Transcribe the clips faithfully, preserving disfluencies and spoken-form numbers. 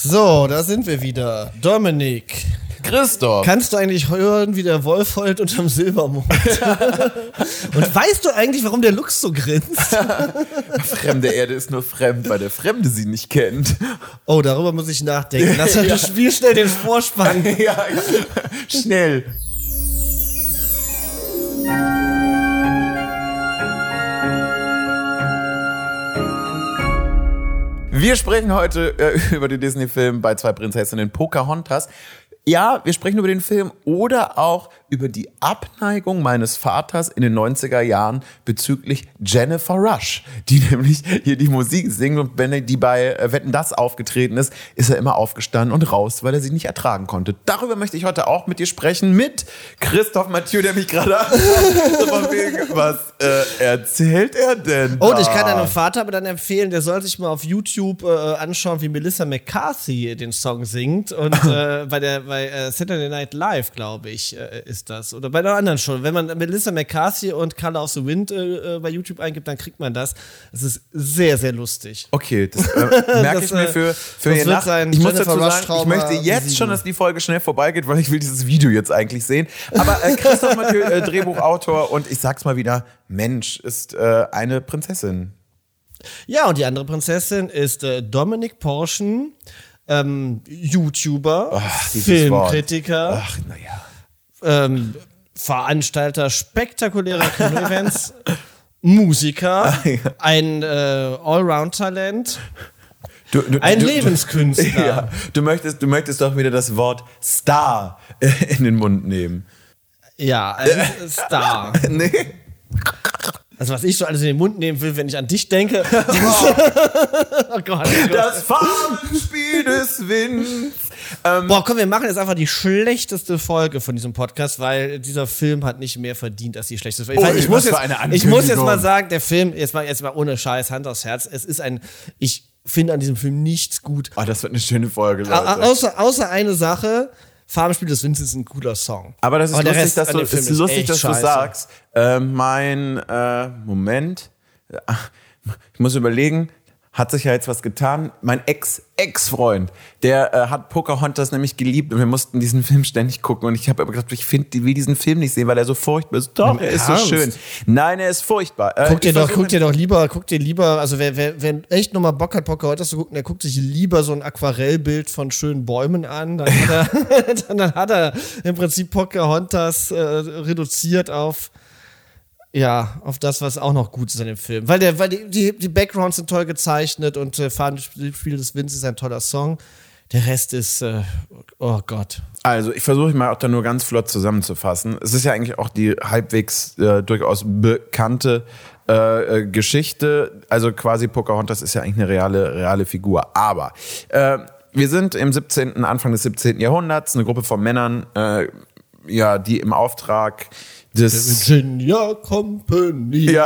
So, da sind wir wieder. Dominik. Christoph. Kannst du eigentlich hören, wie der Wolf heult unterm Silbermond? Und weißt du eigentlich, warum der Lux so grinst? Fremde Erde ist nur fremd, weil der Fremde sie nicht kennt. Oh, darüber muss ich nachdenken. Lass ja. das Spiel schnell den Vorspann. Ja, ja. Schnell. Wir sprechen heute äh, über den Disney-Film bei zwei Prinzessinnen Pocahontas. Ja, wir sprechen über den Film oder auch über die Abneigung meines Vaters in den neunziger Jahren bezüglich Jennifer Rush, die nämlich hier die Musik singt, und wenn die bei Wetten, dass aufgetreten ist, ist er immer aufgestanden und raus, weil er sie nicht ertragen konnte. Darüber möchte ich heute auch mit dir sprechen, mit Christoph Mathieu, der mich gerade anschaut. Was äh, erzählt er denn da? Oh, ich kann deinem Vater aber dann empfehlen, der soll sich mal auf YouTube äh, anschauen, wie Melissa McCarthy den Song singt, und äh, bei der bei äh, Saturday Night Live, glaube ich, äh, ist das. Oder bei einer anderen Show. Wenn man Melissa McCarthy und Color of the Wind äh, bei YouTube eingibt, dann kriegt man das. Es ist sehr, sehr lustig. Okay, das äh, merke das, ich mir für, für das hier wird nach. sein Ich muss Jennifer dazu sagen, Rush ich möchte jetzt besiegen. schon, dass die Folge schnell vorbeigeht, weil ich will dieses Video jetzt eigentlich sehen. Aber äh, Christoph Mathieu, äh, Drehbuchautor, und ich sag's mal wieder, Mensch ist äh, eine Prinzessin. Ja, und die andere Prinzessin ist äh, Dominic Porschen, ähm, YouTuber, Ach, dieses Filmkritiker, Wort. Ach, naja. ähm, Veranstalter spektakulärer Kino-Events, Musiker, Ach, ja. ein äh, Allround-Talent, Du, du, ein du, Lebenskünstler. Ja, du möchtest, du möchtest doch wieder das Wort Star äh, in den Mund nehmen. Ja, ein Star. Nee. Also was ich so alles in den Mund nehmen will, wenn ich an dich denke. Oh Gott, oh Gott. Das Farbenspiel des Winds. Ähm, Boah, komm, wir machen jetzt einfach die schlechteste Folge von diesem Podcast, weil dieser Film hat nicht mehr verdient als die schlechteste Folge. Oh, ich, was muss für jetzt, eine ich muss jetzt Ankündigung. mal sagen, der Film, jetzt mal, jetzt mal ohne Scheiß, Hand aufs Herz, es ist ein, ich finde an diesem Film nichts gut. oh, das wird eine schöne Folge, Leute. Au- außer, außer eine Sache, Farbenspiel des Winds ist ein cooler Song. Aber das ist Aber der lustig, Rest dass an du, dem Film ist ist lustig, echt dass du scheiße. sagst. Äh, mein äh, Moment, Ach, ich muss überlegen. Hat sich ja jetzt was getan. Mein Ex, Ex-Freund, der äh, hat Pocahontas nämlich geliebt, und wir mussten diesen Film ständig gucken, und ich habe aber gedacht, ich find, will diesen Film nicht sehen, weil er so furchtbar ist. Doch, Im er ist so Ernst? schön. Nein, er ist furchtbar. Äh, Guck dir ich doch, versuche- guck dir doch lieber, guck dir lieber, also wer, wer, wer echt nochmal Bock hat, Pocahontas zu gucken, der guckt sich lieber so ein Aquarellbild von schönen Bäumen an. Dann hat er, dann hat er im Prinzip Pocahontas äh, reduziert auf, ja, auf das, was auch noch gut ist an dem Film. Weil der, weil die, die, die Backgrounds sind toll gezeichnet, und äh, Farbenspiel des Winds ist ein toller Song. Der Rest ist, äh, oh Gott. Also, ich versuche mal auch da nur ganz flott zusammenzufassen. Es ist ja eigentlich auch die halbwegs äh, durchaus bekannte äh, äh, Geschichte. Also quasi Pocahontas ist ja eigentlich eine reale, reale Figur. Aber äh, wir sind im siebzehnten, Anfang des siebzehnten Jahrhunderts, eine Gruppe von Männern, äh, ja, die im Auftrag des Virginia Company. Ja,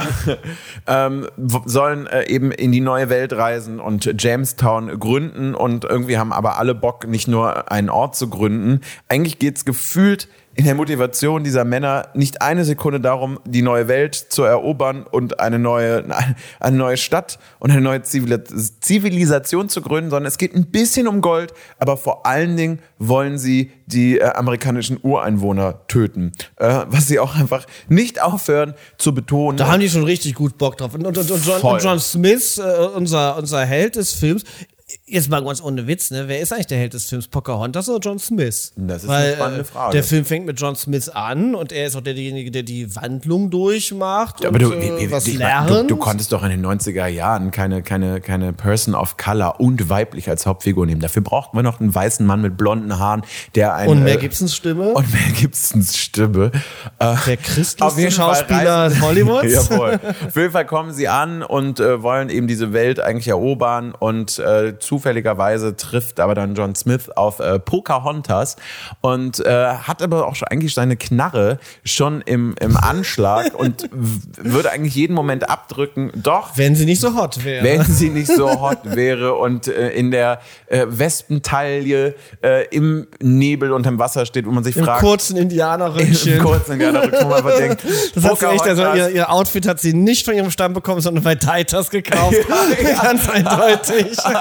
ähm, w- sollen äh, eben in die neue Welt reisen und Jamestown gründen, und irgendwie haben aber alle Bock, nicht nur einen Ort zu gründen. Eigentlich geht's gefühlt in der Motivation dieser Männer nicht eine Sekunde darum, die neue Welt zu erobern und eine neue, eine neue Stadt und eine neue Zivil- Zivilisation zu gründen, sondern es geht ein bisschen um Gold, aber vor allen Dingen wollen sie die äh, amerikanischen Ureinwohner töten, äh, was sie auch einfach nicht aufhören zu betonen. Da haben die schon richtig gut Bock drauf. Und, und, und, und, John, Voll. und John Smith, äh, unser, unser Held des Films, jetzt mal ganz ohne Witz, ne? Wer ist eigentlich der Held des Films? Pocahontas oder John Smith? Das ist Weil, eine spannende Frage. Äh, der Film fängt mit John Smith an, und er ist auch derjenige, der die Wandlung durchmacht Ja, und aber du, äh, wie- wie- was ich mein, lernt. du, du konntest doch in den neunziger Jahren keine, keine, keine Person of Color und weiblich als Hauptfigur nehmen. Dafür brauchten wir noch einen weißen Mann mit blonden Haaren, der ein und Mel äh, Gibsons Stimme. und Mel Gibsons Stimme. Äh, Der christlichste auf jeden Fall Schauspieler reisen- Hollywoods. Jawohl. Auf jeden Fall kommen sie an und äh, wollen eben diese Welt eigentlich erobern, und äh, zufälligerweise trifft aber dann John Smith auf äh, Pocahontas und äh, hat aber auch schon eigentlich seine Knarre schon im, im Anschlag und w- würde eigentlich jeden Moment abdrücken. Doch, Wenn sie nicht so hot wäre. wenn sie nicht so hot wäre und äh, in der äh, Wespentaille äh, im Nebel unterm Wasser steht, wo man sich Im fragt, kurzen Indianerröckchen. im kurzen Indianerrücken, wo man einfach denkt, Das hat sie echt, also Pocahontas- ihr, ihr Outfit hat sie nicht von ihrem Stamm bekommen, sondern bei Titus gekauft. Ja, ja. Ganz eindeutig.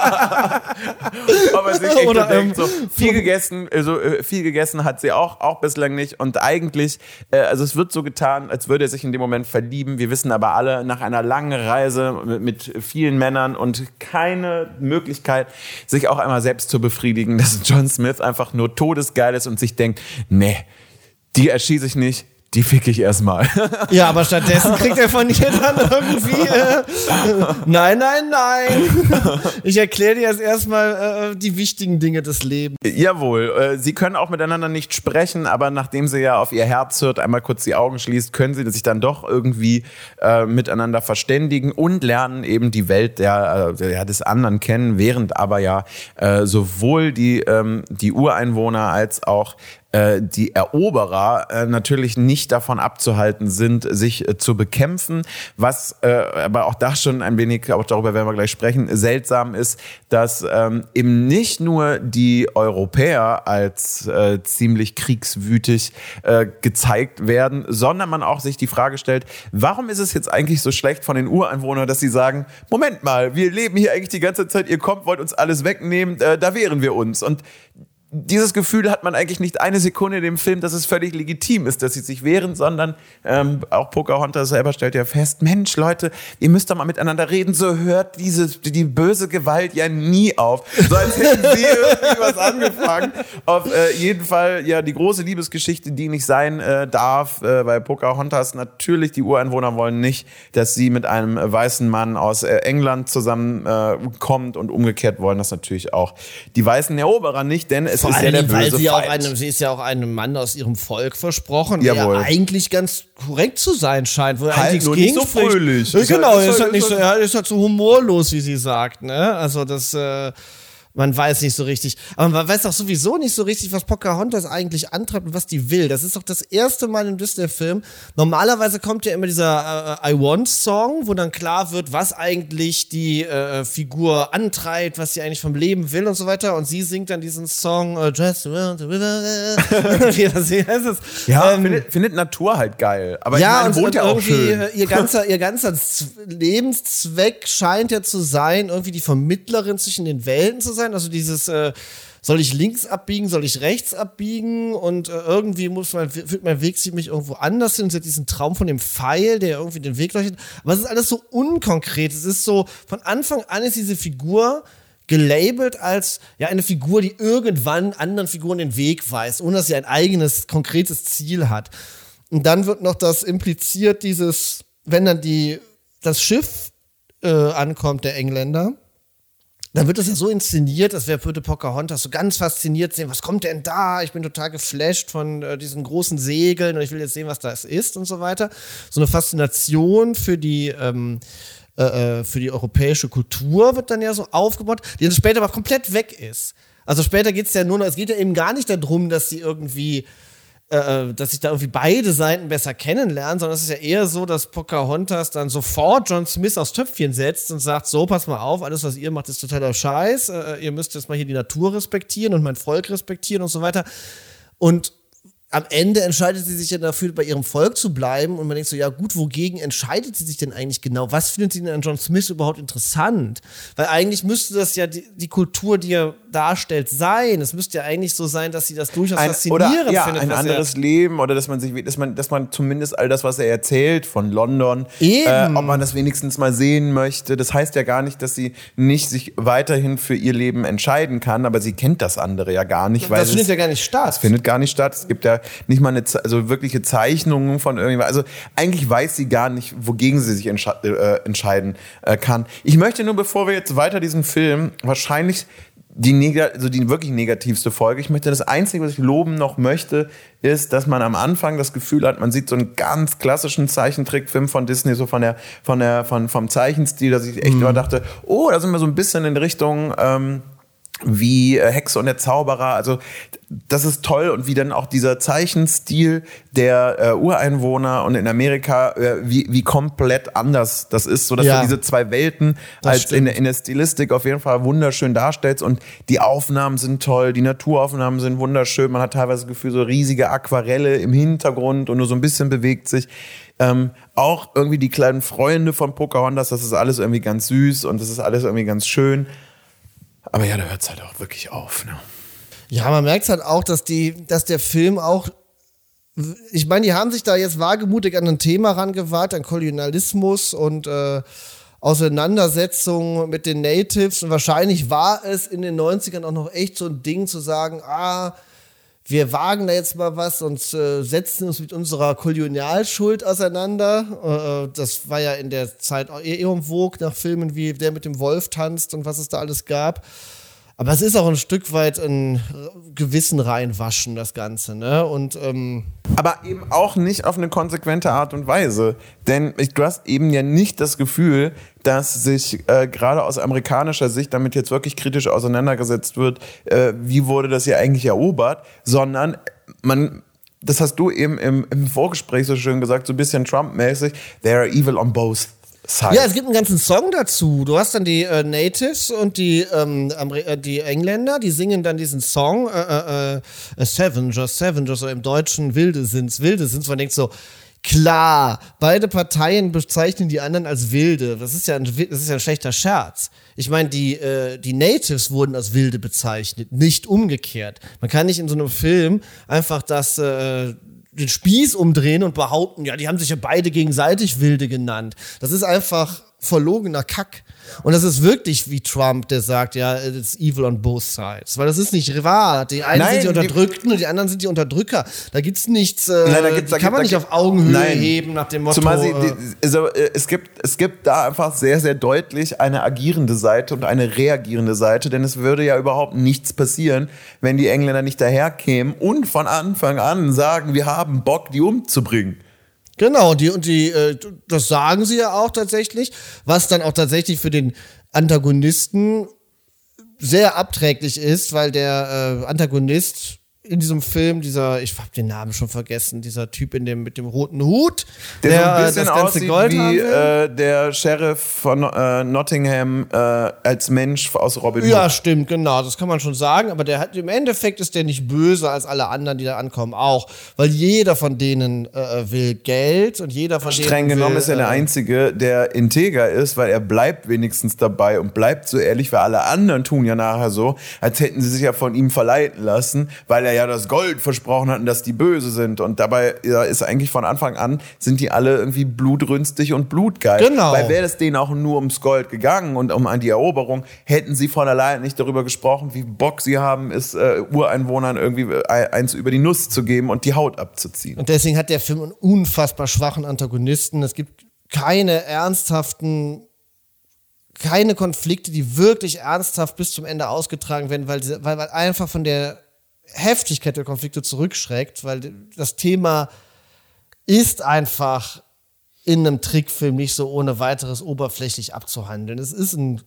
Aber sich echt Oder, denkt, ähm, so, viel gegessen, also äh, viel gegessen hat sie auch, auch bislang nicht. Und eigentlich, äh, also es wird so getan, als würde er sich in dem Moment verlieben. Wir wissen aber alle, nach einer langen Reise mit, mit vielen Männern und keine Möglichkeit, sich auch einmal selbst zu befriedigen, dass John Smith einfach nur todesgeil ist und sich denkt, nee, die erschieße ich nicht. Die fick ich erstmal. Ja, aber stattdessen kriegt er von ihr dann irgendwie äh, nein, nein, nein. Ich erkläre dir jetzt erstmal äh, die wichtigen Dinge des Lebens. Jawohl, äh, sie können auch miteinander nicht sprechen, aber nachdem sie ja auf ihr Herz hört, einmal kurz die Augen schließt, können sie sich dann doch irgendwie äh, miteinander verständigen und lernen eben die Welt der, äh, der, des anderen kennen, während aber ja äh, sowohl die, ähm, die Ureinwohner als auch die Eroberer äh, natürlich nicht davon abzuhalten sind, sich äh, zu bekämpfen, was äh, aber auch da schon ein wenig, auch darüber werden wir gleich sprechen, seltsam ist, dass ähm, eben nicht nur die Europäer als äh, ziemlich kriegswütig äh, gezeigt werden, sondern man auch sich die Frage stellt, warum ist es jetzt eigentlich so schlecht von den Ureinwohnern, dass sie sagen, Moment mal, wir leben hier eigentlich die ganze Zeit, ihr kommt, wollt uns alles wegnehmen, äh, da wehren wir uns. Und dieses Gefühl hat man eigentlich nicht eine Sekunde in dem Film, dass es völlig legitim ist, dass sie sich wehren, sondern ähm, auch Pocahontas selber stellt ja fest, Mensch, Leute, ihr müsst doch mal miteinander reden, so hört diese, die böse Gewalt ja nie auf. So als hätten sie irgendwie was angefangen. Auf äh, jeden Fall, ja, die große Liebesgeschichte, die nicht sein äh, darf, äh, weil Pocahontas natürlich, die Ureinwohner wollen nicht, dass sie mit einem äh, weißen Mann aus äh, England zusammenkommt äh, und umgekehrt wollen das natürlich auch die weißen Eroberer nicht, denn es Vor ist allem, ja der böse weil sie, auch Feind. einem, sie ist ja auch einem Mann aus ihrem Volk versprochen, Jawohl. der eigentlich ganz korrekt zu sein scheint. Wo Halt eigentlich nur nichts nicht so gegen fröhlich. spricht. Ist Genau, halt- ist ist halt halt- nicht ist so, ja, ist halt so humorlos, wie sie sagt. Ne? Also das... Äh, man weiß nicht so richtig. Aber man weiß auch sowieso nicht so richtig, was Pocahontas eigentlich antreibt und was die will. Das ist doch das erste Mal im Disney-Film. Normalerweise kommt ja immer dieser äh, I Want-Song, wo dann klar wird, was eigentlich die äh, Figur antreibt, was sie eigentlich vom Leben will und so weiter. Und sie singt dann diesen Song äh, Just Around the River. Wie das hier heißt es. Ja, Ähm, findet, findet Natur halt geil. Aber ja, ich meine, und, wohnt und ja auch irgendwie schön. äh, ihr ganzer, ihr ganzer Z- Lebenszweck scheint ja zu sein, irgendwie die Vermittlerin zwischen den Welten zu sein. Also dieses, äh, soll ich links abbiegen, soll ich rechts abbiegen und äh, irgendwie muss man, führt mein Weg sich mich irgendwo anders hin und sie hat diesen Traum von dem Pfeil, der irgendwie den Weg leuchtet. Aber es ist alles so unkonkret. Es ist so, von Anfang an ist diese Figur gelabelt als ja eine Figur, die irgendwann anderen Figuren den Weg weist, ohne dass sie ein eigenes, konkretes Ziel hat. Und dann wird noch das impliziert, dieses, wenn dann die, das Schiff äh, ankommt, der Engländer, dann wird das ja so inszeniert, als wäre würde Pocahontas so ganz fasziniert sehen, was kommt denn da? Ich bin total geflasht von äh, diesen großen Segeln und ich will jetzt sehen, was das ist und so weiter. So eine Faszination für die ähm, äh, für die europäische Kultur wird dann ja so aufgebaut, die dann später aber komplett weg ist. Also später geht es ja nur noch, es geht ja eben gar nicht darum, dass sie irgendwie Äh, dass sich da irgendwie beide Seiten besser kennenlernen, sondern es ist ja eher so, dass Pocahontas dann sofort John Smith aufs Töpfchen setzt und sagt, so, pass mal auf, alles, was ihr macht, ist totaler Scheiß, äh, ihr müsst jetzt mal hier die Natur respektieren und mein Volk respektieren und so weiter. Und am Ende entscheidet sie sich ja dafür, bei ihrem Volk zu bleiben und man denkt so, ja gut, wogegen entscheidet sie sich denn eigentlich genau? Was findet sie denn an John Smith überhaupt interessant? Weil eigentlich müsste das ja die, die Kultur, die er darstellt, sein. Es müsste ja eigentlich so sein, dass sie das durchaus Ein, faszinierend oder, ja, findet. ein was anderes er Leben oder dass man sich, dass man, dass man zumindest all das, was er erzählt von London, Eben. Äh, ob man das wenigstens mal sehen möchte. Das heißt ja gar nicht, dass sie nicht sich weiterhin für ihr Leben entscheiden kann, aber sie kennt das andere ja gar nicht, weil das findet es, ja gar nicht statt. das findet gar nicht statt. Es gibt ja nicht mal eine, Ze- also wirkliche Zeichnungen von irgendwas. Also eigentlich weiß sie gar nicht, wogegen sie sich entsche- äh, entscheiden äh, kann. Ich möchte nur, bevor wir jetzt weiter diesen Film wahrscheinlich die, neg- also die wirklich negativste Folge. Ich möchte das Einzige, was ich loben noch möchte, ist, dass man am Anfang das Gefühl hat, man sieht so einen ganz klassischen Zeichentrickfilm von Disney, so von der, von der, von, vom Zeichenstil, dass ich echt Mhm. immer dachte, oh, da sind wir so ein bisschen in Richtung, ähm, wie äh, Hexe und der Zauberer, also das ist toll und wie dann auch dieser Zeichenstil der äh, Ureinwohner und in Amerika, äh, wie, wie komplett anders das ist, sodass Ja. du diese zwei Welten Das als in, stimmt. in der Stilistik auf jeden Fall wunderschön darstellst und die Aufnahmen sind toll, die Naturaufnahmen sind wunderschön, man hat teilweise das Gefühl, so riesige Aquarelle im Hintergrund und nur so ein bisschen bewegt sich. Ähm, auch irgendwie die kleinen Freunde von Pocahontas, das ist alles irgendwie ganz süß und das ist alles irgendwie ganz schön. Aber ja, da hört es halt auch wirklich auf, ne? Ja, man merkt halt auch, dass die, dass der Film auch, ich meine, die haben sich da jetzt wagemutig an ein Thema rangewagt, an Kolonialismus und äh, Auseinandersetzung mit den Natives. Und wahrscheinlich war es in den neunzigern auch noch echt so ein Ding zu sagen, ah, wir wagen da jetzt mal was und äh, setzen uns mit unserer Kolonialschuld auseinander. Äh, das war ja in der Zeit auch eher en vogue nach Filmen wie Der mit dem Wolf tanzt und was es da alles gab. Aber es ist auch ein Stück weit ein Gewissen reinwaschen, das Ganze, ne? Und, ähm aber eben auch nicht auf eine konsequente Art und Weise. Denn ich, du hast eben ja nicht das Gefühl, dass sich äh, gerade aus amerikanischer Sicht damit jetzt wirklich kritisch auseinandergesetzt wird, äh, wie wurde das hier eigentlich erobert, sondern man, das hast du eben im, im Vorgespräch so schön gesagt, so ein bisschen Trump-mäßig, they are evil on both. Ja, es gibt einen ganzen Song dazu. Du hast dann die äh, Natives und die, ähm, Amer- die Engländer, die singen dann diesen Song, äh, äh, äh, Scavengers, Scavengers, oder im Deutschen Wilde sind's, Wilde sind's. Man denkt so, klar, beide Parteien bezeichnen die anderen als Wilde. Das ist ja ein, das ist ja ein schlechter Scherz. Ich meine, die, äh, die Natives wurden als Wilde bezeichnet, nicht umgekehrt. Man kann nicht in so einem Film einfach das äh, den Spieß umdrehen und behaupten, ja, die haben sich ja beide gegenseitig Wilde genannt. Das ist einfach verlogener Kack. Und das ist wirklich wie Trump, der sagt, ja, it's evil on both sides. Weil das ist nicht wahr. Die einen Nein, sind die Unterdrückten und die anderen sind die Unterdrücker. Da gibt's nichts, äh, Nein, da gibt's, da die kann man gibt, nicht auf Augenhöhe Nein. heben nach dem Motto. Zumal sie, äh, die, also, äh, es, gibt, es gibt da einfach sehr, sehr deutlich eine agierende Seite und eine reagierende Seite, denn es würde ja überhaupt nichts passieren, wenn die Engländer nicht daherkämen und von Anfang an sagen, wir haben Bock, die umzubringen. Genau, die, und die, äh, das sagen sie ja auch tatsächlich, was dann auch tatsächlich für den Antagonisten sehr abträglich ist, weil der äh, Antagonist in diesem Film, dieser, ich hab den Namen schon vergessen, dieser Typ in dem, mit dem roten Hut, der, der so ein bisschen das ganze aussieht Gold haben wie will. äh, der Sheriff von äh, Nottingham äh, als Mensch aus Robin Hood. Ja, stimmt, genau, das kann man schon sagen, aber der hat, im Endeffekt ist der nicht böser als alle anderen, die da ankommen, auch, weil jeder von denen äh, will Geld und jeder von denen Streng genommen will, ist er der äh, Einzige, der integer ist, weil er bleibt wenigstens dabei und bleibt so ehrlich, weil alle anderen tun ja nachher so, als hätten sie sich ja von ihm verleiten lassen, weil er ja das Gold versprochen hatten, dass die böse sind. Und dabei ja, ist eigentlich von Anfang an, sind die alle irgendwie blutrünstig und blutgeil. Genau. Weil wäre es denen auch nur ums Gold gegangen und um an die Eroberung, hätten sie von allein nicht darüber gesprochen, wie Bock sie haben, es äh, Ureinwohnern irgendwie eins über die Nuss zu geben und die Haut abzuziehen. Und deswegen hat der Film einen unfassbar schwachen Antagonisten. Es gibt keine ernsthaften, keine Konflikte, die wirklich ernsthaft bis zum Ende ausgetragen werden, weil, weil, weil einfach von der Heftigkeit der Konflikte zurückschreckt, weil das Thema ist einfach in einem Trickfilm nicht so ohne weiteres oberflächlich abzuhandeln. Es ist ein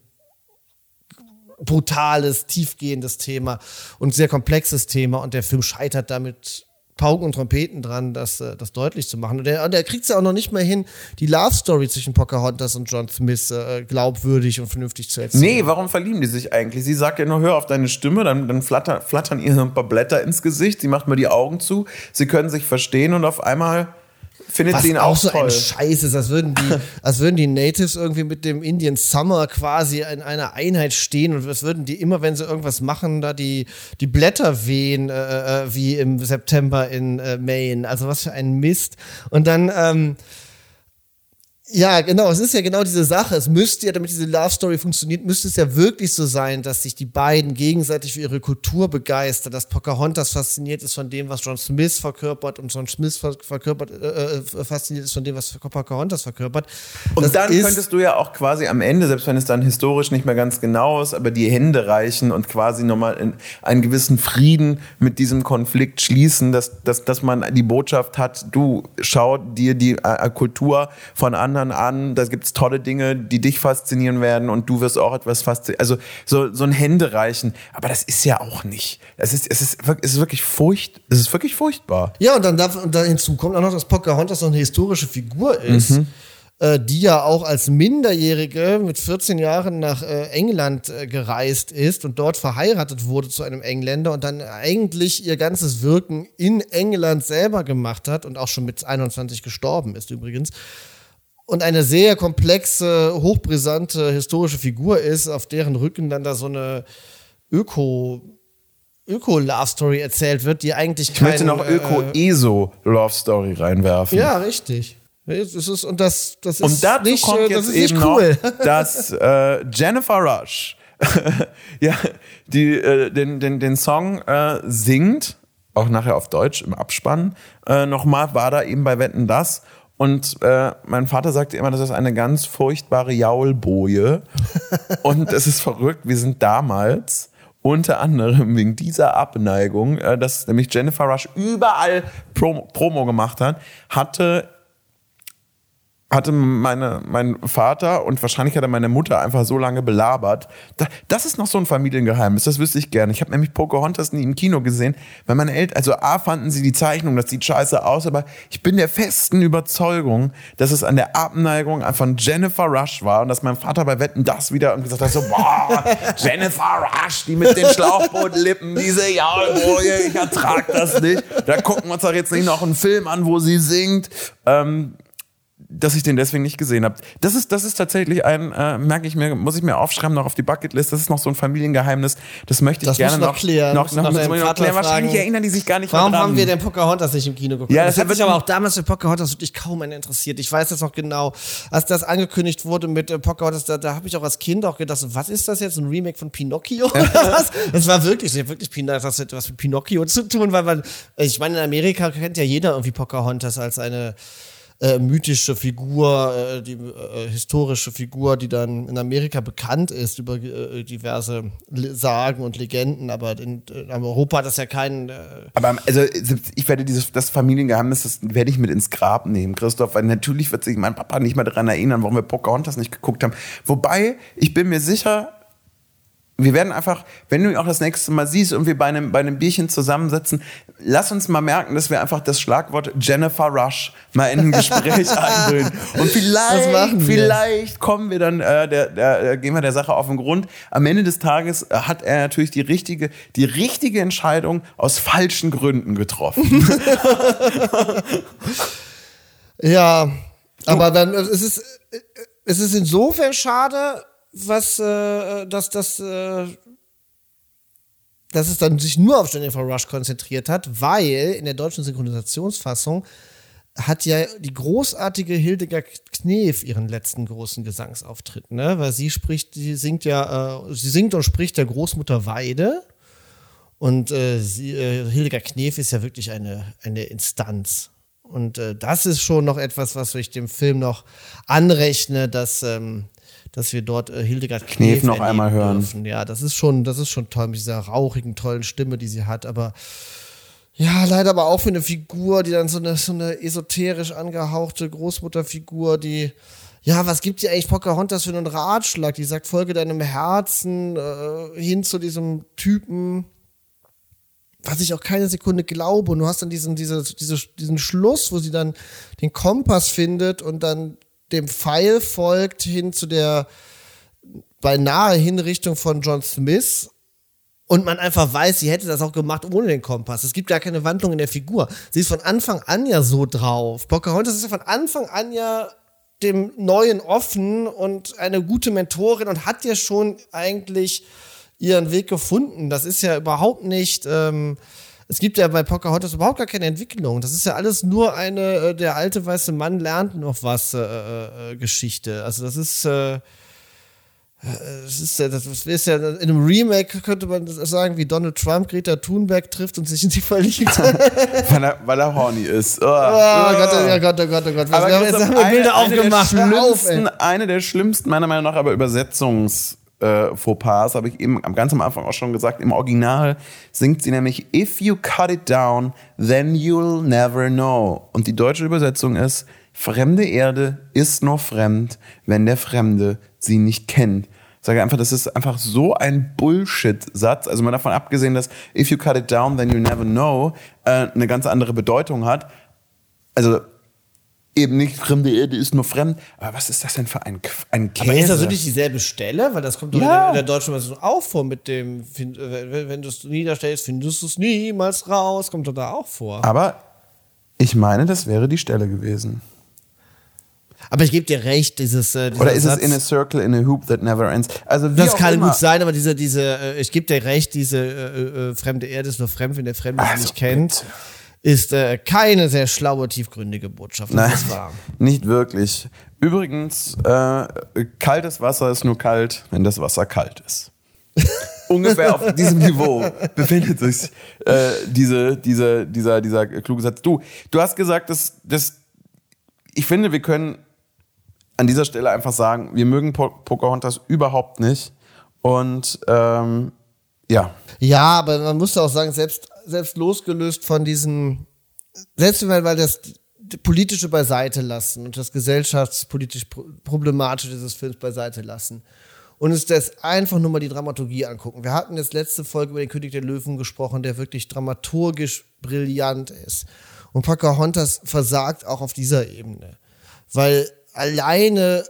brutales, tiefgehendes Thema und sehr komplexes Thema und der Film scheitert damit Pauken und Trompeten dran, das, das deutlich zu machen. Und der, der kriegt es ja auch noch nicht mal hin, die Love Story zwischen Pocahontas und John Smith äh, glaubwürdig und vernünftig zu erzählen. Nee, warum verlieben die sich eigentlich? Sie sagt ja nur, hör auf deine Stimme, dann, dann flattern, flattern ihr so ein paar Blätter ins Gesicht, sie macht mal die Augen zu, sie können sich verstehen und auf einmal findet Was sie ihn auch auch so toll. ein Scheiß ist, als würden, die, als würden die Natives irgendwie mit dem Indian Summer quasi in einer Einheit stehen und als würden die immer, wenn sie irgendwas machen, da die, die Blätter wehen, äh, äh, wie im September in äh, Maine. Also was für ein Mist. Und dann, ähm, ja, genau, es ist ja genau diese Sache. Es müsste ja, damit diese Love Story funktioniert, müsste es ja wirklich so sein, dass sich die beiden gegenseitig für ihre Kultur begeistern, dass Pocahontas fasziniert ist von dem, was John Smith verkörpert und John Smith verkörpert, äh, fasziniert ist von dem, was Pocahontas verkörpert. Und das dann ist, könntest du ja auch quasi am Ende, selbst wenn es dann historisch nicht mehr ganz genau ist, aber die Hände reichen und quasi nochmal in einen gewissen Frieden mit diesem Konflikt schließen, dass, dass, dass man die Botschaft hat, du, schau dir die äh, Kultur von anderen an, da gibt es tolle Dinge, die dich faszinieren werden und du wirst auch etwas faszinieren. Also so, so ein Händereichen, aber das ist ja auch nicht. Das ist, es, ist, es ist wirklich furcht, es ist wirklich furchtbar. Ja, und dann, darf, und dann hinzu kommt auch noch, dass Pocahontas noch eine historische Figur ist, mhm. äh, die ja auch als Minderjährige mit vierzehn Jahren nach äh, England äh, gereist ist und dort verheiratet wurde zu einem Engländer und dann eigentlich ihr ganzes Wirken in England selber gemacht hat und auch schon mit einundzwanzig gestorben ist übrigens. und eine sehr komplexe, hochbrisante historische Figur ist, auf deren Rücken dann da so eine Öko- Öko-Love-Story erzählt wird, die eigentlich Ich möchte noch Öko-ESO-Love-Story reinwerfen. Ja, richtig. Es ist, und das, das ist und dazu nicht, kommt das jetzt ist eben nicht cool. noch, dass äh, Jennifer Rush ja, die, äh, den, den, den Song äh, singt, auch nachher auf Deutsch im Abspann äh, nochmal, war da eben bei Wetten, dass. Und äh, mein Vater sagte immer, das ist eine ganz furchtbare Jaulboje. Und es ist verrückt, wir sind damals unter anderem wegen dieser Abneigung, äh, dass nämlich Jennifer Rush überall Promo, Promo gemacht hat, hatte hatte meine, mein Vater und wahrscheinlich hat er meine Mutter einfach so lange belabert. Da, das ist noch so ein Familiengeheimnis, das wüsste ich gerne. Ich habe nämlich Pocahontas nie im Kino gesehen, weil meine Eltern, also A, fanden sie die Zeichnung, das sieht scheiße aus, aber ich bin der festen Überzeugung, dass es an der Abneigung von Jennifer Rush war und dass mein Vater bei Wetten, das wieder und gesagt hat, so, boah, Jennifer Rush, die mit den Schlauchbootlippen, diese Jaulboje, ich ertrag das nicht. Da gucken wir uns doch jetzt nicht noch einen Film an, wo sie singt. Ähm, dass ich den deswegen nicht gesehen habe. Das ist, das ist tatsächlich ein, äh, merke ich mir, muss ich mir aufschreiben, noch auf die Bucketlist. Das ist noch so ein Familiengeheimnis. Das möchte ich das gerne noch, noch klären. Noch, noch, noch, noch, noch klären. Wahrscheinlich erinnern die sich gar nicht mehr dran. Warum haben wir den Pocahontas nicht im Kino geguckt? Ja, das, das hat mich aber auch damals für Pocahontas wirklich kaum einen interessiert. Ich weiß das noch genau. Als das angekündigt wurde mit äh, Pocahontas, da, da habe ich auch als Kind auch gedacht, so, was ist das jetzt, ein Remake von Pinocchio oder was? Das war wirklich, das hat wirklich das hat etwas mit Pinocchio zu tun, weil man, ich meine, in Amerika kennt ja jeder irgendwie Pocahontas als eine Äh, mythische Figur, äh, die äh, historische Figur, die dann in Amerika bekannt ist über äh, diverse Le- Sagen und Legenden, aber in, in Europa hat das ja keinen. Äh aber also ich werde dieses das Familiengeheimnis, das werde ich mit ins Grab nehmen, Christoph, weil natürlich wird sich mein Papa nicht mehr daran erinnern, warum wir Pocahontas nicht geguckt haben. Wobei, ich bin mir sicher, wir werden einfach, wenn du ihn auch das nächste Mal siehst und wir bei einem, bei einem Bierchen zusammensitzen, lass uns mal merken, dass wir einfach das Schlagwort Jennifer Rush mal in ein Gespräch einbringen. Und vielleicht, vielleicht kommen wir dann, äh, der, der, gehen wir der Sache auf den Grund. Am Ende des Tages äh, hat er natürlich die richtige, die richtige Entscheidung aus falschen Gründen getroffen. Ja, aber dann, es ist, es ist insofern schade, was, äh, dass, dass, äh, dass es dann sich nur auf Jennifer Rush konzentriert hat, weil in der deutschen Synchronisationsfassung hat ja die großartige Hildegard Knef ihren letzten großen Gesangsauftritt, ne? Weil sie spricht, sie singt ja, äh, sie singt und spricht der Großmutter Weide und äh, sie, äh, Hildegard Knef ist ja wirklich eine, eine Instanz. Und äh, das ist schon noch etwas, was ich dem Film noch anrechne, dass ähm, dass wir dort äh, Hildegard Knef, Knef noch einmal hören dürfen. Ja, das ist schon, das ist schon toll mit dieser rauchigen, tollen Stimme, die sie hat. Aber ja, leider aber auch für eine Figur, die dann so eine, so eine esoterisch angehauchte Großmutterfigur, die, ja, was gibt dir eigentlich Pocahontas für einen Ratschlag? Die sagt, folge deinem Herzen äh, hin zu diesem Typen, was ich auch keine Sekunde glaube. Und du hast dann diesen, diese, diese, diesen Schluss, wo sie dann den Kompass findet und dann dem Pfeil folgt hin zu der beinahe Hinrichtung von John Smith und man einfach weiß, sie hätte das auch gemacht ohne den Kompass. Es gibt gar keine Wandlung in der Figur. Sie ist von Anfang an ja so drauf. Pocahontas ist ja von Anfang an ja dem Neuen offen und eine gute Mentorin und hat ja schon eigentlich ihren Weg gefunden. Das ist ja überhaupt nicht... Ähm, Es gibt ja bei Pocahontas überhaupt gar keine Entwicklung. Das ist ja alles nur eine, äh, der alte weiße Mann lernt noch was äh, äh, Geschichte. Also das ist, äh, das ist, das ist ja, in einem Remake könnte man sagen, wie Donald Trump Greta Thunberg trifft und sich in sie verliebt. weil, er, weil er horny ist. Oh, oh Gott, oh Gott, oh Gott, oh Gott. Was, aber wir haben jetzt haben wir eine, Bilder eine aufgemacht. Der Hör auf, schlimmsten, eine der schlimmsten, meiner Meinung nach, aber Übersetzungs- Äh, Fauxpas, habe ich eben ganz am Anfang auch schon gesagt. Im Original singt sie nämlich If you cut it down, then you'll never know. Und die deutsche Übersetzung ist: Fremde Erde ist nur fremd, wenn der Fremde sie nicht kennt. Ich sage einfach, das ist einfach so ein Bullshit-Satz. Also mal davon abgesehen, dass If you cut it down, then you'll never know äh, eine ganz andere Bedeutung hat. Also eben nicht, fremde Erde ist nur fremd. Aber was ist das denn für ein, ein Käse? Aber ist das wirklich dieselbe Stelle? Weil das kommt doch ja. in, der, in der deutschen Version auch vor mit dem, wenn, wenn du es niederstellst, findest du es niemals raus. Kommt doch da auch vor. Aber ich meine, das wäre die Stelle gewesen. Aber ich gebe dir recht, dieses äh, Oder ist Satz, es in a circle, in a hoop that never ends? Also wie das auch kann immer. gut sein, aber diese, diese, äh, ich gebe dir recht, diese äh, äh, fremde Erde ist nur fremd, wenn der Fremde sie Also, nicht kennt, ist äh, keine sehr schlaue, tiefgründige Botschaft. Das Nein, ist wahr. nicht wirklich. Übrigens, äh, kaltes Wasser ist nur kalt, wenn das Wasser kalt ist. Ungefähr auf diesem Niveau befindet sich äh, diese, diese, dieser, dieser kluge Satz. Du, du hast gesagt, dass, dass ich finde, wir können an dieser Stelle einfach sagen, wir mögen po- Pocahontas überhaupt nicht. Und ähm, ja. Ja, aber man muss auch sagen, selbst, selbst losgelöst von diesem, selbst weil, weil das politische beiseite lassen und das gesellschaftspolitisch problematische dieses Films beiseite lassen und uns das einfach nur mal die Dramaturgie angucken. Wir hatten jetzt letzte Folge über den König der Löwen gesprochen, der wirklich dramaturgisch brillant ist. Und Pocahontas versagt auch auf dieser Ebene. Weil alleine,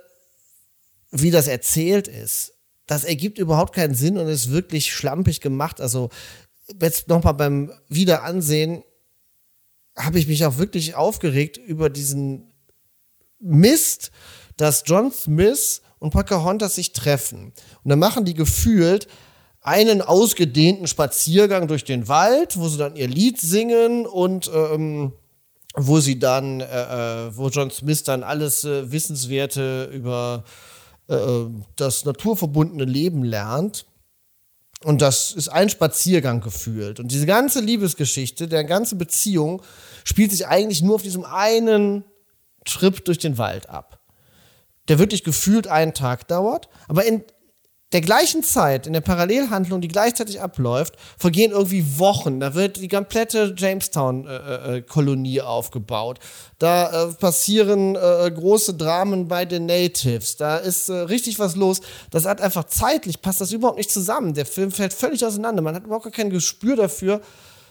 wie das erzählt ist, das ergibt überhaupt keinen Sinn und ist wirklich schlampig gemacht. Also jetzt nochmal beim Wiederansehen habe ich mich auch wirklich aufgeregt über diesen Mist, dass John Smith und Pocahontas sich treffen. Und dann machen die gefühlt einen ausgedehnten Spaziergang durch den Wald, wo sie dann ihr Lied singen und ähm, wo sie dann, äh, wo John Smith dann alles äh, Wissenswerte über äh, das naturverbundene Leben lernt. Und das ist ein Spaziergang gefühlt. Und diese ganze Liebesgeschichte, der ganze Beziehung spielt sich eigentlich nur auf diesem einen Trip durch den Wald ab. Der wirklich gefühlt einen Tag dauert, aber in der gleichen Zeit, in der Parallelhandlung, die gleichzeitig abläuft, vergehen irgendwie Wochen. Da wird die komplette Jamestown-Kolonie äh, aufgebaut. Da äh, passieren äh, große Dramen bei den Natives. Da ist äh, richtig was los. Das hat einfach zeitlich, passt das überhaupt nicht zusammen. Der Film fällt völlig auseinander. Man hat überhaupt gar kein Gespür dafür.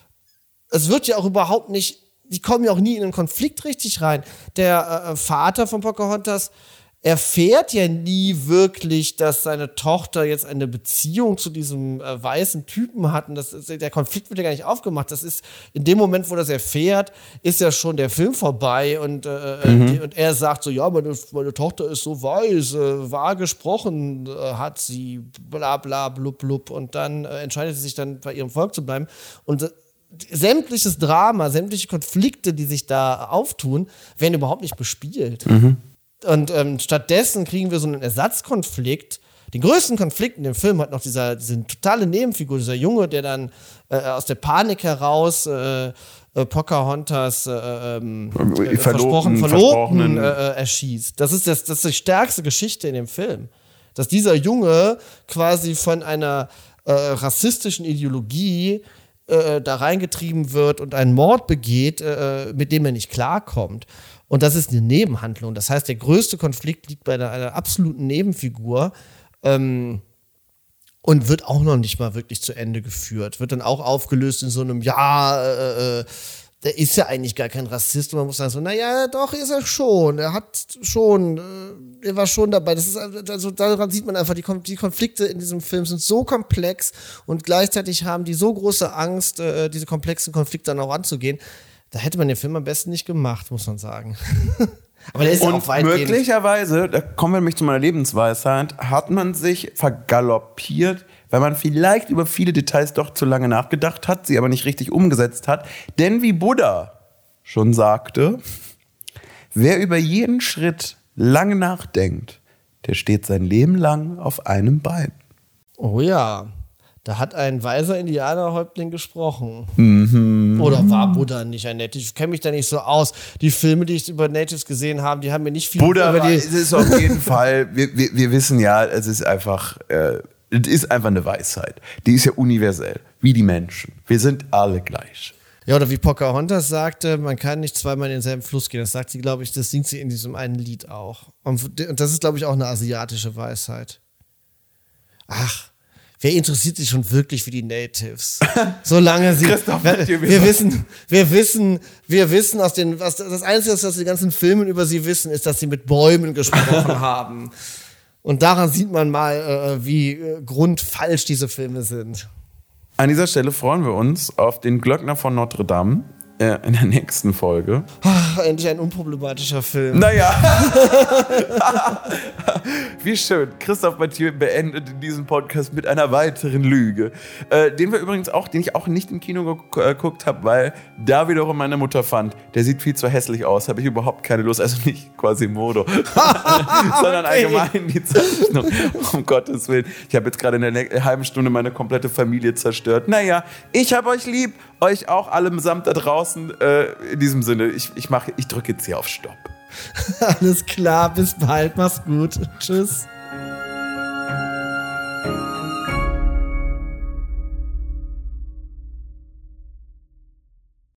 Es wird ja auch überhaupt nicht, die kommen ja auch nie in einen Konflikt richtig rein. Der äh, Vater von Pocahontas erfährt ja nie wirklich, dass seine Tochter jetzt eine Beziehung zu diesem äh, weißen Typen hat. Und das ist, der Konflikt wird ja gar nicht aufgemacht. Das ist in dem Moment, wo das erfährt, ist ja schon der Film vorbei. Und, äh, mhm. die, und er sagt so, ja, meine, meine Tochter ist so weiß, äh, wahr gesprochen äh, hat sie, bla bla blub blub. Und dann äh, entscheidet sie sich dann bei ihrem Volk zu bleiben. Und äh, sämtliches Drama, sämtliche Konflikte, die sich da auftun, werden überhaupt nicht bespielt. Mhm. Und ähm, stattdessen kriegen wir so einen Ersatzkonflikt. Den größten Konflikt in dem Film hat noch dieser, diese totale Nebenfigur, dieser Junge, der dann äh, aus der Panik heraus äh, äh, Pocahontas äh, ähm, äh, versprochen, Verlobten äh, äh, erschießt. Das ist, das, das ist die stärkste Geschichte in dem Film. Dass dieser Junge quasi von einer äh, rassistischen Ideologie äh, da reingetrieben wird und einen Mord begeht, äh, mit dem er nicht klarkommt. Und das ist eine Nebenhandlung. Das heißt, der größte Konflikt liegt bei einer, einer absoluten Nebenfigur ähm, und wird auch noch nicht mal wirklich zu Ende geführt. Wird dann auch aufgelöst in so einem, ja, äh, äh, der ist ja eigentlich gar kein Rassist. Und man muss sagen so, naja, doch ist er schon. Er hat schon, äh, er war schon dabei. Das ist, also daran sieht man einfach, die, die Konflikte in diesem Film sind so komplex und gleichzeitig haben die so große Angst, äh, diese komplexen Konflikte dann auch anzugehen. Da hätte man den Film am besten nicht gemacht, muss man sagen. Aber der ist ja auch weitgehend. Möglicherweise, da kommen wir nämlich zu meiner Lebensweisheit, hat man sich vergaloppiert, weil man vielleicht über viele Details doch zu lange nachgedacht hat, sie aber nicht richtig umgesetzt hat. Denn wie Buddha schon sagte, wer über jeden Schritt lange nachdenkt, der steht sein Leben lang auf einem Bein. Oh ja. Da hat ein weiser Indianerhäuptling gesprochen. Mhm. Oder war Buddha nicht ein Native? Ich kenne mich da nicht so aus. Die Filme, die ich über Natives gesehen habe, die haben mir nicht viel Buddha über die... es ist auf jeden Fall, wir, wir, wir wissen ja, es ist einfach, äh, es ist einfach eine Weisheit. Die ist ja universell, wie die Menschen. Wir sind alle gleich. Ja, oder wie Pocahontas sagte, man kann nicht zweimal in denselben Fluss gehen. Das sagt sie, glaube ich, das singt sie in diesem einen Lied auch. Und das ist, glaube ich, auch eine asiatische Weisheit. Ach. Wer interessiert sich schon wirklich für die Natives? Solange sie, wir, wir wissen, wir wissen, wir wissen aus den, was, das Einzige, was die ganzen Filmen über sie wissen, ist, dass sie mit Bäumen gesprochen haben. Und daran sieht man mal, äh, wie äh, grundfalsch diese Filme sind. An dieser Stelle freuen wir uns auf den Glöckner von Notre Dame, äh, in der nächsten Folge. Ach, endlich ein unproblematischer Film. Naja. Wie schön. Christoph Mathieu beendet diesen Podcast mit einer weiteren Lüge. Äh, den wir übrigens auch, den ich auch nicht im Kino geguckt habe, weil da wiederum meine Mutter fand, der sieht viel zu hässlich aus, habe ich überhaupt keine Lust, also nicht Quasimodo, sondern Okay. allgemein die Zeichnung, um Gottes Willen. Ich habe jetzt gerade in einer halben Stunde meine komplette Familie zerstört. Naja, ich habe euch lieb, euch auch allesamt da draußen. Äh, in diesem Sinne, ich, ich, mach, ich drücke jetzt hier auf Stopp. Alles klar, bis bald, mach's gut. Tschüss.